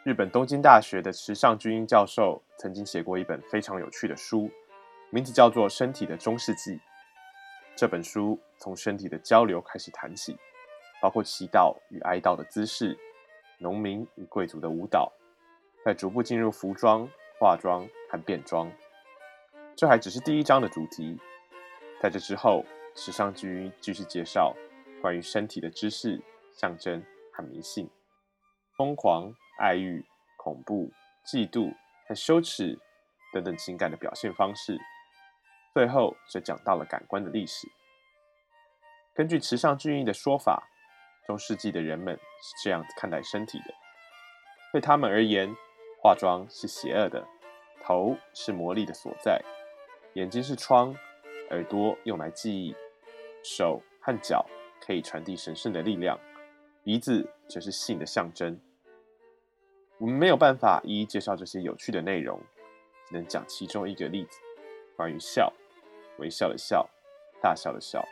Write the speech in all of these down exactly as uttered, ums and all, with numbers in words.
日本东京大学的池上俊英教授曾经写过一本非常有趣的书，名字叫做《身体的中世纪》。这本书从身体的交流开始谈起，包括祈祷与哀悼的姿势、农民与贵族的舞蹈，再逐步进入服装、化妆和变装。这还只是第一章的主题。在这之后，池上俊英继续介绍关于身体的知识、象征和迷信、疯狂、爱欲、恐怖、嫉妒和羞耻等等情感的表现方式。最后，则讲到了感官的历史。根据池上俊英的说法，中世纪的人们是这样看待身体的：对他们而言，化妆是邪恶的，头是魔力的所在，眼睛是窗，耳朵用来记忆，手和脚可以传递神圣的力量，鼻子则是性的象征。我们没有办法一一介绍这些有趣的内容，只能讲其中一个例子，关于笑，微笑的笑，大笑的笑。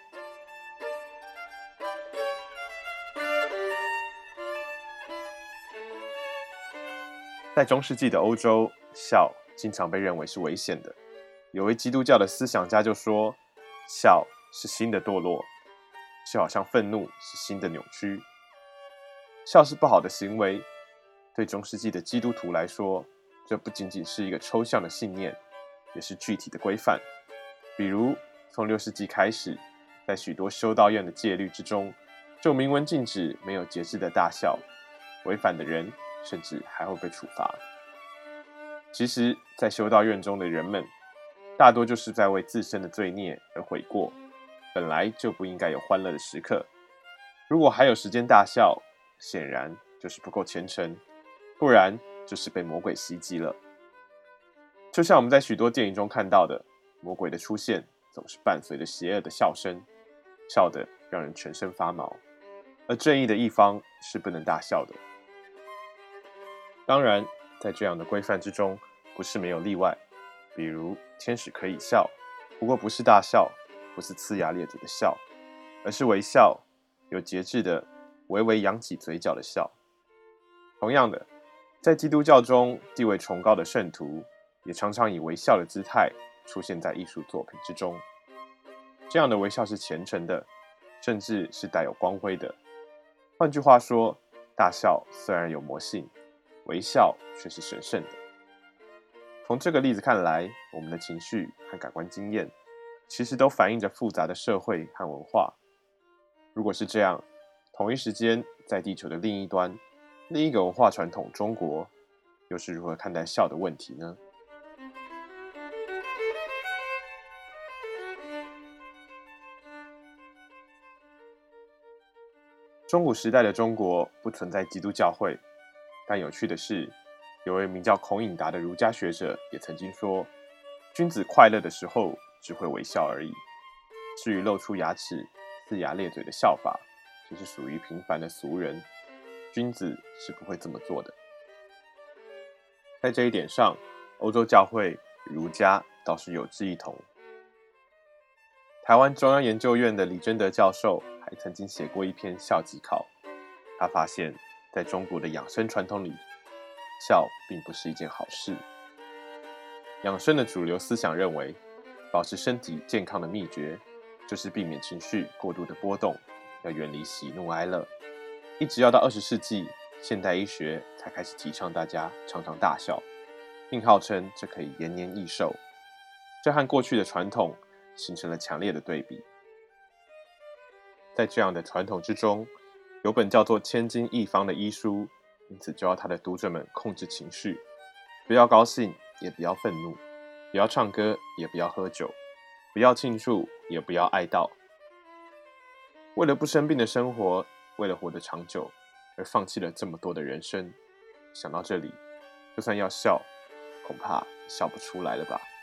在中世纪的欧洲，笑经常被认为是危险的。有位基督教的思想家就说，笑是新的堕落，就好像愤怒是新的扭曲。笑是不好的行为，对中世纪的基督徒来说，这不仅仅是一个抽象的信念，也是具体的规范。比如，从六世纪开始，在许多修道院的戒律之中，就明文禁止没有节制的大笑，违反的人甚至还会被处罚。其实，在修道院中的人们，大多就是在为自身的罪孽而悔过，本来就不应该有欢乐的时刻。如果还有时间大笑，显然就是不够虔诚，不然就是被魔鬼袭击了。就像我们在许多电影中看到的，魔鬼的出现总是伴随着邪恶的笑声，笑得让人全身发毛，而正义的一方是不能大笑的。当然，在这样的规范之中，不是没有例外，比如天使可以笑，不过不是大笑，不是呲牙咧嘴的笑，而是微笑，有节制的微微扬起嘴角的笑。同样的，在基督教中地位崇高的圣徒，也常常以微笑的姿态出现在艺术作品之中。这样的微笑是虔诚的，甚至是带有光辉的。换句话说，大笑虽然有魔性，微笑却是神圣的。从这个例子看来，我们的情绪和感官经验其实都反映着复杂的社会和文化。如果是这样，同一时间在地球的另一端，另一个文化传统中国又是如何看待笑的问题呢？中古时代的中国不存在基督教会，但有趣的是，有位名叫孔颖达的儒家学者也曾经说，君子快乐的时候只会微笑而已，至于露出牙齿、呲牙咧嘴的笑法，只是属于平凡的俗人，君子是不会这么做的。在这一点上，欧洲教会与儒家倒是有志一同。台湾中央研究院的李贞德教授还曾经写过一篇笑技考，他发现在中国的养生传统里，笑并不是一件好事。养生的主流思想认为，保持身体健康的秘诀就是避免情绪过度的波动，要远离喜怒哀乐。一直要到二十世纪，现代医学才开始提倡大家常常大笑，并号称这可以延年益寿。这和过去的传统形成了强烈的对比。在这样的传统之中，有本叫做《千金一方》的医书，因此就要他的读者们控制情绪，不要高兴，也不要愤怒，不要唱歌，也不要喝酒，不要庆祝，也不要哀悼。为了不生病的生活，为了活得长久，而放弃了这么多的人生。想到这里，就算要笑，恐怕笑不出来了吧。